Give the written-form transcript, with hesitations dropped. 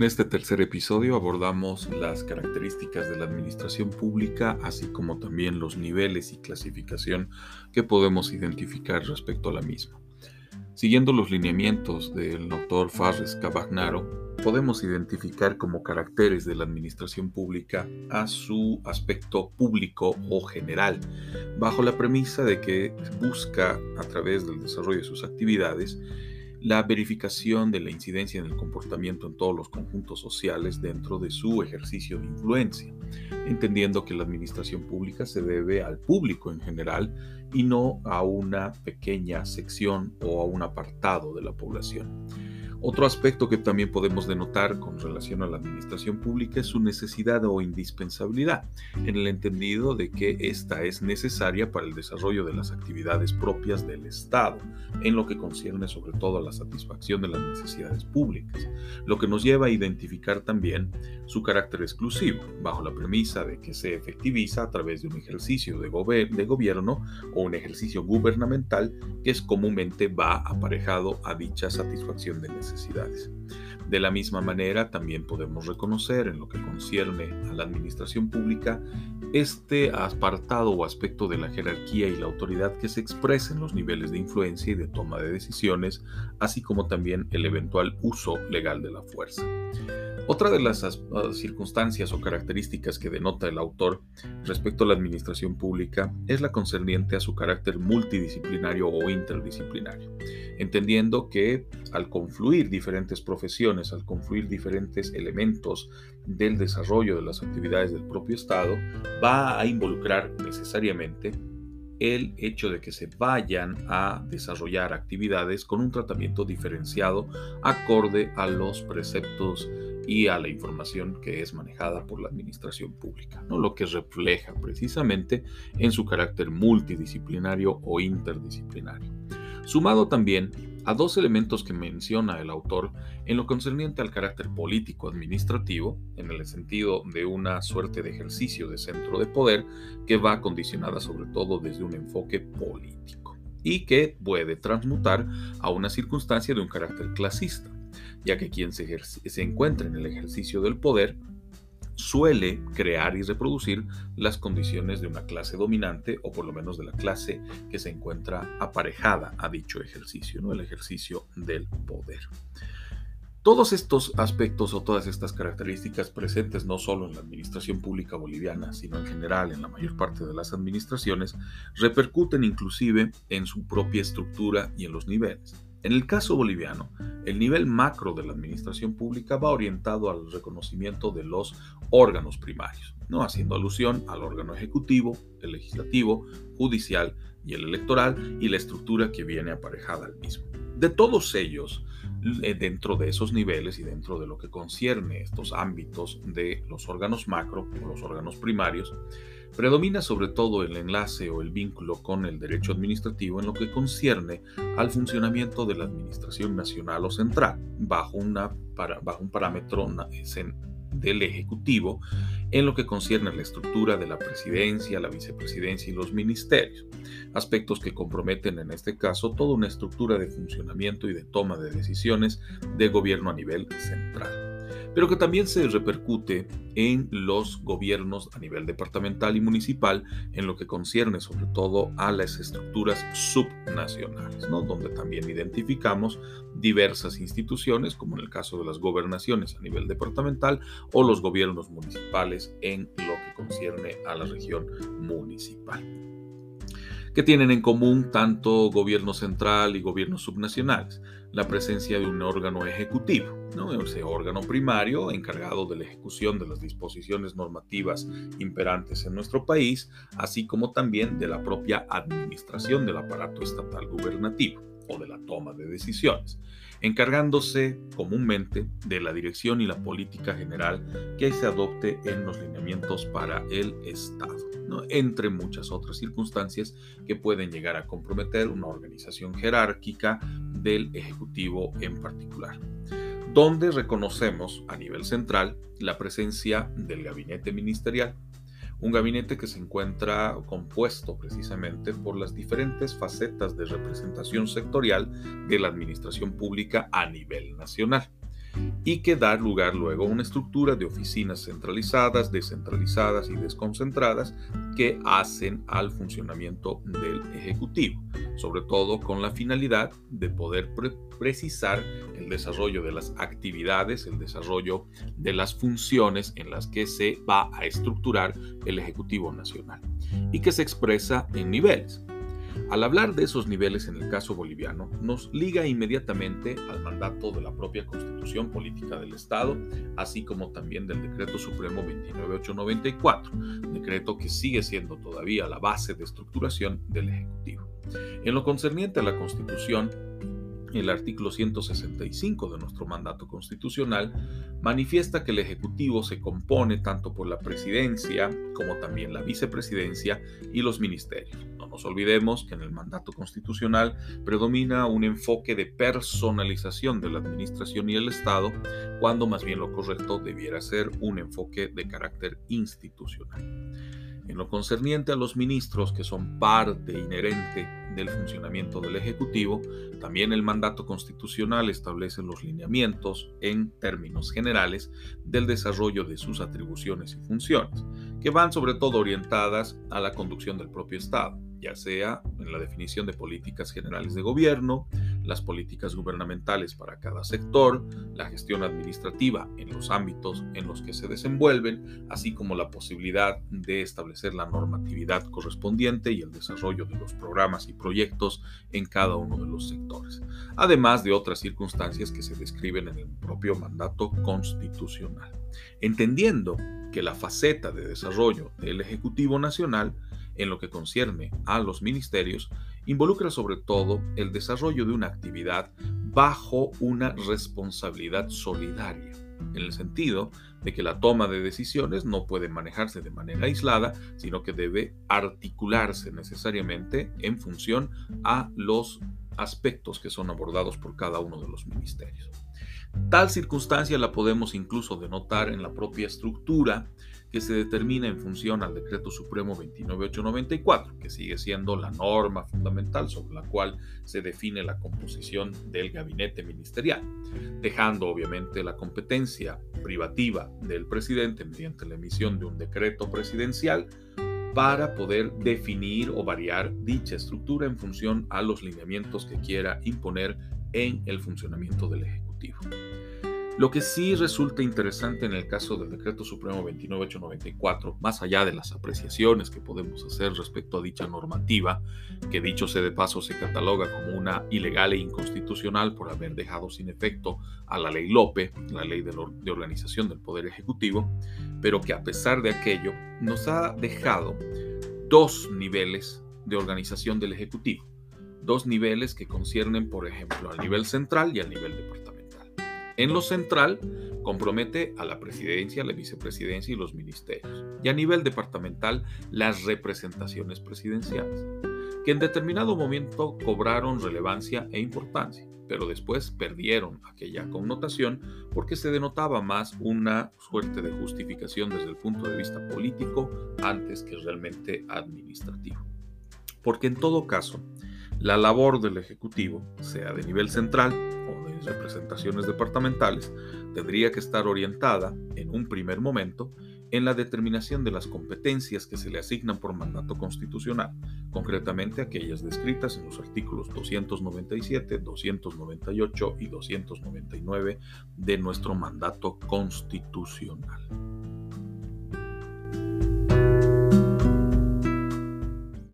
En este tercer episodio abordamos las características de la administración pública, así como también los niveles y clasificación que podemos identificar respecto a la misma. Siguiendo los lineamientos del doctor Farres Cavagnaro, podemos identificar como caracteres de la administración pública a su aspecto público o general, bajo la premisa de que busca, a través del desarrollo de sus actividades, la verificación de la incidencia en el comportamiento en todos los conjuntos sociales dentro de su ejercicio de influencia, entendiendo que la administración pública se debe al público en general y no a una pequeña sección o a un apartado de la población. Otro aspecto que también podemos denotar con relación a la administración pública es su necesidad o indispensabilidad, en el entendido de que ésta es necesaria para el desarrollo de las actividades propias del Estado, en lo que concierne sobre todo a la satisfacción de las necesidades públicas, lo que nos lleva a identificar también su carácter exclusivo, bajo la premisa de que se efectiviza a través de un ejercicio de gobierno o un ejercicio gubernamental que es comúnmente va aparejado a dicha satisfacción de necesidades. De la misma manera, también podemos reconocer en lo que concierne a la administración pública este apartado o aspecto de la jerarquía y la autoridad que se expresa en los niveles de influencia y de toma de decisiones, así como también el eventual uso legal de la fuerza. Otra de las circunstancias o características que denota el autor respecto a la administración pública es la concerniente a su carácter multidisciplinario o interdisciplinario, entendiendo que al confluir diferentes profesiones, al confluir diferentes elementos del desarrollo de las actividades del propio Estado, va a involucrar necesariamente el hecho de que se vayan a desarrollar actividades con un tratamiento diferenciado acorde a los preceptos y a la información que es manejada por la administración pública, ¿no? Lo que refleja precisamente en su carácter multidisciplinario o interdisciplinario. Sumado también a dos elementos que menciona el autor en lo concerniente al carácter político-administrativo, en el sentido de una suerte de ejercicio de centro de poder que va condicionada sobre todo desde un enfoque político y que puede transmutar a una circunstancia de un carácter clasista, ya que quien se encuentra en el ejercicio del poder suele crear y reproducir las condiciones de una clase dominante o por lo menos de la clase que se encuentra aparejada a dicho ejercicio, ¿no? El ejercicio del poder. Todos estos aspectos o todas estas características presentes no solo en la administración pública boliviana, sino en general en la mayor parte de las administraciones, repercuten inclusive en su propia estructura y en los niveles. En el caso boliviano, el nivel macro de la administración pública va orientado al reconocimiento de los órganos primarios, ¿no? Haciendo alusión al órgano ejecutivo, el legislativo, judicial y el electoral y la estructura que viene aparejada al mismo. De todos ellos, dentro de esos niveles y dentro de lo que concierne estos ámbitos de los órganos macro o los órganos primarios, predomina sobre todo el enlace o el vínculo con el derecho administrativo en lo que concierne al funcionamiento de la administración nacional o central, bajo un parámetro del Ejecutivo, en lo que concierne a la estructura de la presidencia, la vicepresidencia y los ministerios, aspectos que comprometen en este caso toda una estructura de funcionamiento y de toma de decisiones de gobierno a nivel central, pero que también se repercute en los gobiernos a nivel departamental y municipal, en lo que concierne sobre todo a las estructuras subnacionales, ¿no? Donde también identificamos diversas instituciones, como en el caso de las gobernaciones a nivel departamental o los gobiernos municipales en lo que concierne a la región municipal, que tienen en común tanto gobierno central y gobiernos subnacionales, la presencia de un órgano ejecutivo, ¿no? Ese órgano primario encargado de la ejecución de las disposiciones normativas imperantes en nuestro país, así como también de la propia administración del aparato estatal gubernativo o de la toma de decisiones, encargándose comúnmente de la dirección y la política general que se adopte en los lineamientos para el Estado, ¿no? Entre muchas otras circunstancias que pueden llegar a comprometer una organización jerárquica del Ejecutivo en particular, donde reconocemos a nivel central la presencia del gabinete ministerial, un gabinete que se encuentra compuesto precisamente por las diferentes facetas de representación sectorial de la administración pública a nivel nacional. y que da lugar luego a una estructura de oficinas centralizadas, descentralizadas y desconcentradas que hacen al funcionamiento del Ejecutivo, sobre todo con la finalidad de poder precisar el desarrollo de las actividades, el desarrollo de las funciones en las que se va a estructurar el Ejecutivo Nacional y que se expresa en niveles. Al hablar de esos niveles en el caso boliviano, nos liga inmediatamente al mandato de la propia Constitución Política del Estado, así como también del Decreto Supremo 29894, decreto que sigue siendo todavía la base de estructuración del Ejecutivo. En lo concerniente a la Constitución, el artículo 165 de nuestro mandato constitucional manifiesta que el Ejecutivo se compone tanto por la presidencia como también la vicepresidencia y los ministerios. No nos olvidemos que en el mandato constitucional predomina un enfoque de personalización de la administración y el Estado, cuando más bien lo correcto debiera ser un enfoque de carácter institucional. En lo concerniente a los ministros, que son parte inherente del funcionamiento del Ejecutivo, también el mandato constitucional establece los lineamientos, en términos generales, del desarrollo de sus atribuciones y funciones, que van sobre todo orientadas a la conducción del propio Estado, ya sea en la definición de políticas generales de gobierno, las políticas gubernamentales para cada sector, la gestión administrativa en los ámbitos en los que se desenvuelven, así como la posibilidad de establecer la normatividad correspondiente y el desarrollo de los programas y proyectos en cada uno de los sectores, además de otras circunstancias que se describen en el propio mandato constitucional. Entendiendo que la faceta de desarrollo del Ejecutivo Nacional, en lo que concierne a los ministerios, involucra sobre todo el desarrollo de una actividad bajo una responsabilidad solidaria, en el sentido de que la toma de decisiones no puede manejarse de manera aislada, sino que debe articularse necesariamente en función a los aspectos que son abordados por cada uno de los ministerios. Tal circunstancia la podemos incluso denotar en la propia estructura que se determina en función al Decreto Supremo 29894, que sigue siendo la norma fundamental sobre la cual se define la composición del gabinete ministerial, dejando obviamente la competencia privativa del presidente mediante la emisión de un decreto presidencial para poder definir o variar dicha estructura en función a los lineamientos que quiera imponer en el funcionamiento del Ejecutivo. Lo que sí resulta interesante en el caso del Decreto Supremo 29894, más allá de las apreciaciones que podemos hacer respecto a dicha normativa, que dicho sea de paso se cataloga como una ilegal e inconstitucional por haber dejado sin efecto a la Ley Lope, la Ley de Organización del Poder Ejecutivo, pero que a pesar de aquello nos ha dejado dos niveles de organización del Ejecutivo, dos niveles que conciernen, por ejemplo, al nivel central y al nivel departamental. En lo central, compromete a la presidencia, la vicepresidencia y los ministerios, y a nivel departamental, las representaciones presidenciales, que en determinado momento cobraron relevancia e importancia, pero después perdieron aquella connotación porque se denotaba más una suerte de justificación desde el punto de vista político antes que realmente administrativo. Porque en todo caso, la labor del Ejecutivo, sea de nivel central o de representaciones departamentales, tendría que estar orientada, en un primer momento, en la determinación de las competencias que se le asignan por mandato constitucional, concretamente aquellas descritas en los artículos 297, 298 y 299 de nuestro mandato constitucional.